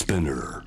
Spinner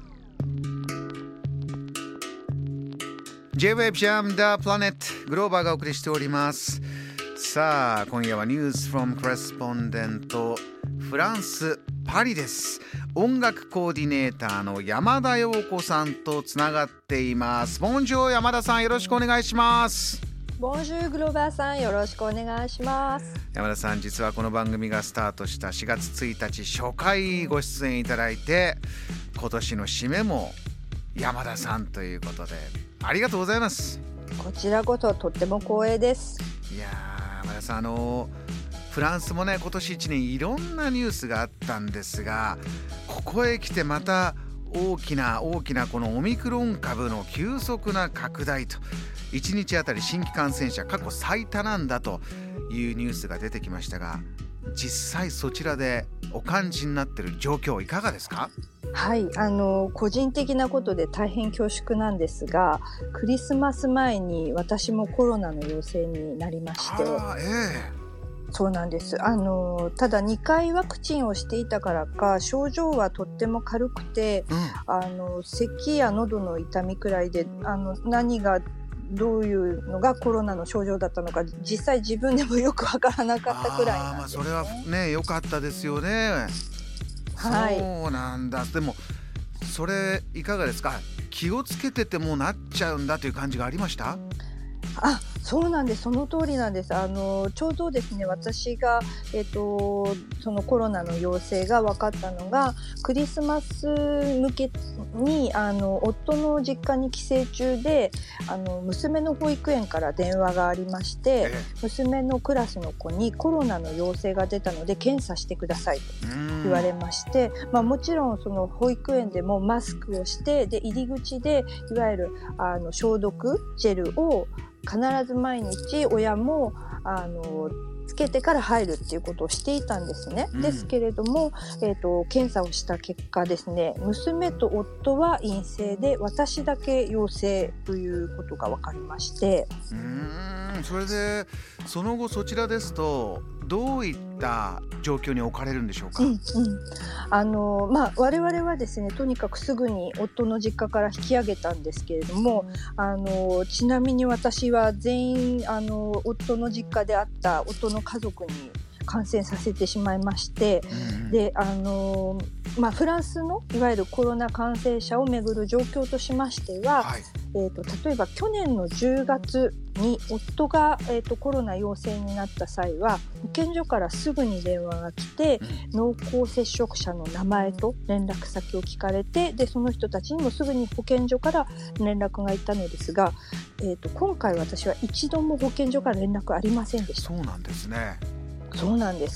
J-Wave Jam The Planet グローバーがお送りしております。さあ今夜はニュース from コレスポンデントフランスパリです。音楽コーディネーターの山田陽子さんとつながっています。ボンジョー山田さん、よろしくお願いします。 ボンジュールグローバーさん、よろしくお願いします。 山田さん、実はこの番組がスタートした4月1日初回ご出演いただいて、今年の締めも山田さんということでありがとうございます。 こちらこそとっても光栄です。 いや山田さん、フランスもね今年1年いろんなニュースがあったんですが、ここへ来てまた大きなこのオミクロン株の急速な拡大と、1日あたり新規感染者過去最多なんだというニュースが出てきましたが、実際そちらでお感じになっている状況いかがですか？ はい、個人的なことで大変恐縮なんですが、クリスマス前に私もコロナの陽性になりまして、そうなんです。ただ2回ワクチンをしていたからか症状はとっても軽くて、咳や喉の痛みくらいで、何がどういうのがコロナの症状だったのか実際自分でもよくわからなかったくらいなんですね。 それはね良かったですよね。 はい、 そうなんだ。でもそれいかがですか？気をつけててもなっちゃうんだという感じがありました？ そうなんです。その通りなんです。ちょうどですね、私が、そのコロナの陽性が分かったのがクリスマス向けに夫の実家に帰省中で娘の保育園から電話がありまして、娘のクラスの子にコロナの陽性が出たので検査してくださいと言われまして、もちろんその保育園でもマスクをして、で入り口でいわゆる消毒ジェルを必ず毎日親もつけてから入るっていうことをしていたんですね。ですけれども、検査をした結果ですね、娘と夫は陰性で私だけ陽性ということが分かりまして、 それでその後そちらですとどういった状況に置かれるんでしょうか？ 我々はですね、とにかくすぐに夫の実家から引き上げたんですけれども、ちなみに私は全員夫の実家であった夫の家族に感染させてしまいまして、でフランスのいわゆるコロナ感染者をめぐる状況としましては、例えば去年の10月に夫が、コロナ陽性になった際は保健所からすぐに電話が来て、濃厚接触者の名前と連絡先を聞かれて、でその人たちにもすぐに保健所から連絡がいったのですが、今回私は一度も保健所から連絡ありませんでした。 そうなんですね。 そうなんです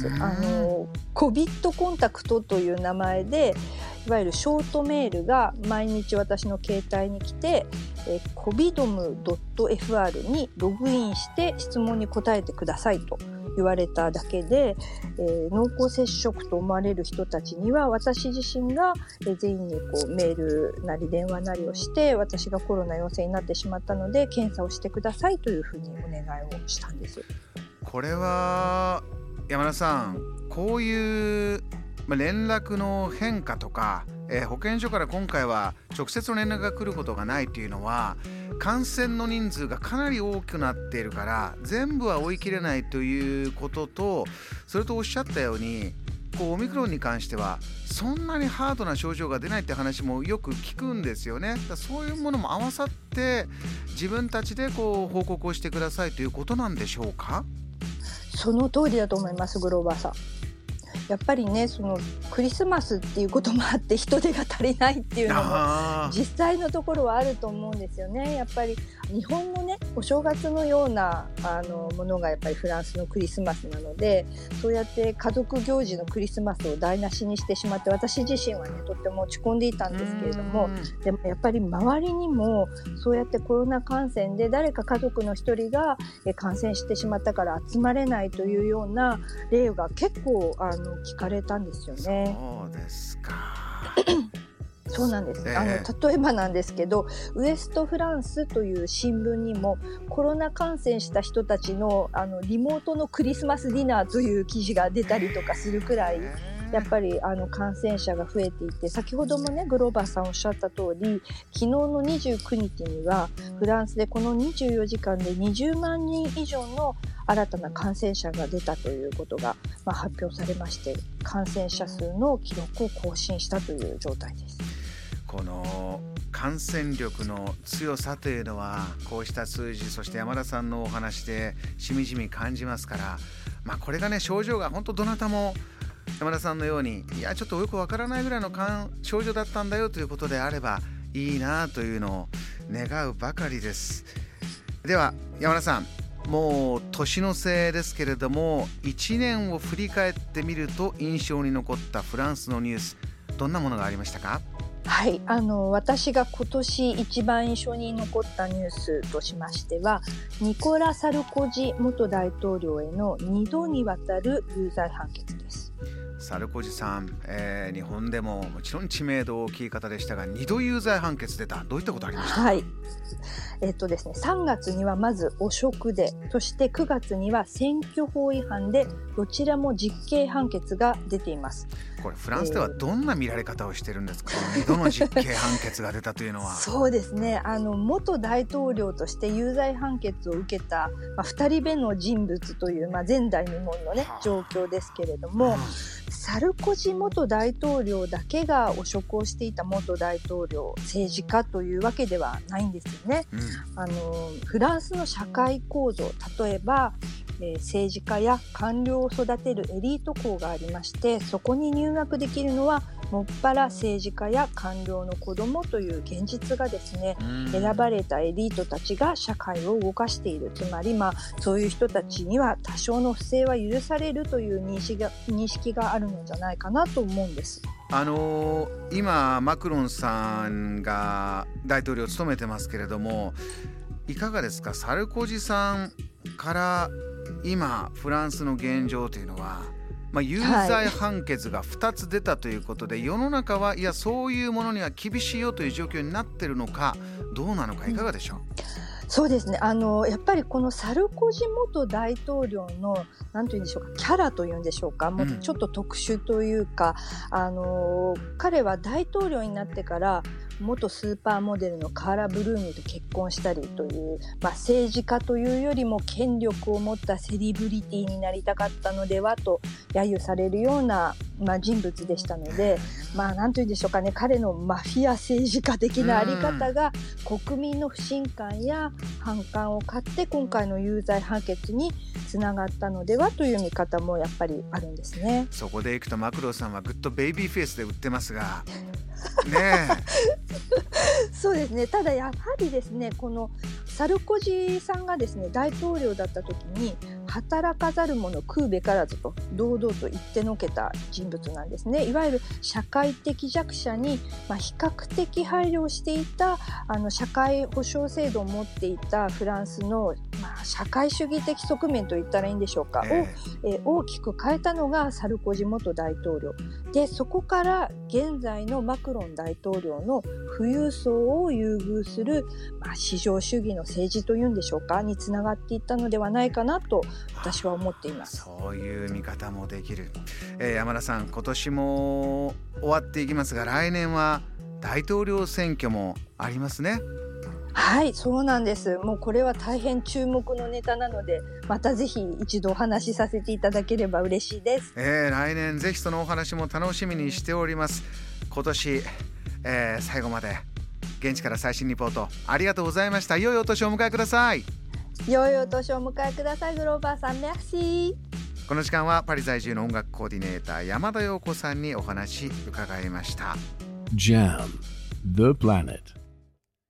。COVID コンタクトという名前でいわゆるショートメールが毎日私の携帯に来て、covidom.fr にログインして質問に答えてくださいと言われただけで、濃厚接触と思われる人たちには私自身が全員にメールなり電話なりをして、私がコロナ陽性になってしまったので検査をしてくださいというふうにお願いをしたんです。 これは山田さん、こういう連絡の変化とか、保健所から今回は直接の連絡が来ることがないというのは、感染の人数がかなり大きくなっているから全部は追い切れないということと、それとおっしゃったようにオミクロンに関してはそんなにハードな症状が出ないって話もよく聞くんですよね。そういうものも合わさって自分たちで報告をしてくださいということなんでしょうか？ その通りだと思います、グローバーさん。やっぱりね、そのクリスマスっていうこともあって人手が足りないっていうのも実際のところはあると思うんですよね。やっぱり日本のね、お正月のようなものがやっぱりフランスのクリスマスなので、そうやって家族行事のクリスマスを台無しにしてしまって、私自身はねとっても落ち込んでいたんですけれども、でもやっぱり周りにもそうやってコロナ感染で誰か家族の一人が感染してしまったから集まれないというような例が結構聞かれたんですよね。 そうですかそうなんです。例えばなんですけど、ウエストフランスという新聞にもコロナ感染した人たちのリモートのクリスマスディナーという記事が出たりとかするくらい、やっぱり感染者が増えていて、先ほどもねグローバーさんおっしゃった通り、昨日の29日にはフランスでこの24時間で20万人以上の新たな感染者が出たということが、発表されまして、感染者数の記録を更新したという状態です。 この感染力の強さというのはこうした数字、そして山田さんのお話でしみじみ感じますから、これがね症状が本当どなたも山田さんのようにちょっとよくわからないぐらいの症状だったんだよということであればいいなというのを願うばかりです。では山田さん、もう年の瀬ですけれども、1年を振り返ってみると印象に残ったフランスのニュース、どんなものがありましたか？ はい、私が今年一番印象に残ったニュースとしましては、ニコラ・サルコジ元大統領への2度にわたる有罪判決です。 サルコジさん、日本でももちろん知名度大きい方でしたが、2度有罪判決出た。どういったことありましたか？ はい、ですね、3月にはまず汚職で、そして9月には選挙法違反で、どちらも実刑判決が出ています。 これフランスではどんな見られ方をしてるんですか？2度の実刑判決が出たというのは。 そうですね、元大統領として有罪判決を受けた、2人目の人物という、前代未聞のね状況ですけれども、サルコジ元大統領だけが汚職をしていた元大統領、政治家というわけではないんですよね。フランスの社会構造、例えば政治家や官僚を育てるエリート校がありまして、そこに入学できるのはもっぱら政治家や官僚の子供という現実がですね、選ばれたエリートたちが社会を動かしている。つまりそういう人たちには多少の不正は許されるという認識があるのじゃないかなと思うんです。 今マクロンさんが大統領を務めてますけれども、いかがですか？サルコジさんから今フランスの現状というのは、有罪判決が2つ出たということで、世の中はいやそういうものには厳しいよという状況になっているのかどうなのか、いかがでしょう？ そうですね、やっぱりこのサルコジ元大統領のなんというんでしょうか、キャラというんでしょうか、もうちょっと特殊というか、彼は大統領になってから元スーパーモデルのカーラ・ブルーニと結婚したりという、政治家というよりも権力を持ったセリブリティになりたかったのではと揶揄されるような、人物でしたので、なんというんでしょうかね、彼のマフィア政治家的なあり方が国民の不信感や反感を買って今回の有罪判決につながったのではという見方もやっぱりあるんですね。 そこでいくとマクロさんはグッドベイビーフェイスで売ってますがねそうですね、ただやはりですね、このサルコジさんがですね大統領だった時に働かざる者食うべからずと堂々と言ってのけた人物なんですね。いわゆる社会的弱者に、比較的配慮していた社会保障制度を持っていたフランスの、社会主義的側面と言ったらいいんでしょうか、大きく変えたのがサルコジ元大統領で、そこから現在のマクロン大統領の富裕層を優遇する、市場主義の政治というんでしょうかにつながっていったのではないかなと私は思っています。 そういう見方もできる。山田さん、今年も終わっていきますが、来年は大統領選挙もありますね。 はい、そうなんです。もうこれは大変注目のネタなので、またぜひ一度お話しさせていただければ嬉しいです。 来年ぜひそのお話も楽しみにしております。今年、最後まで現地から最新リポートありがとうございました。良いお年をお迎えください。 良いお年をお迎えください。グローバーさん、メッシー。 この時間はパリ在住の音楽コーディネーター山田陽子さんにお話伺いました。 JAM The Planet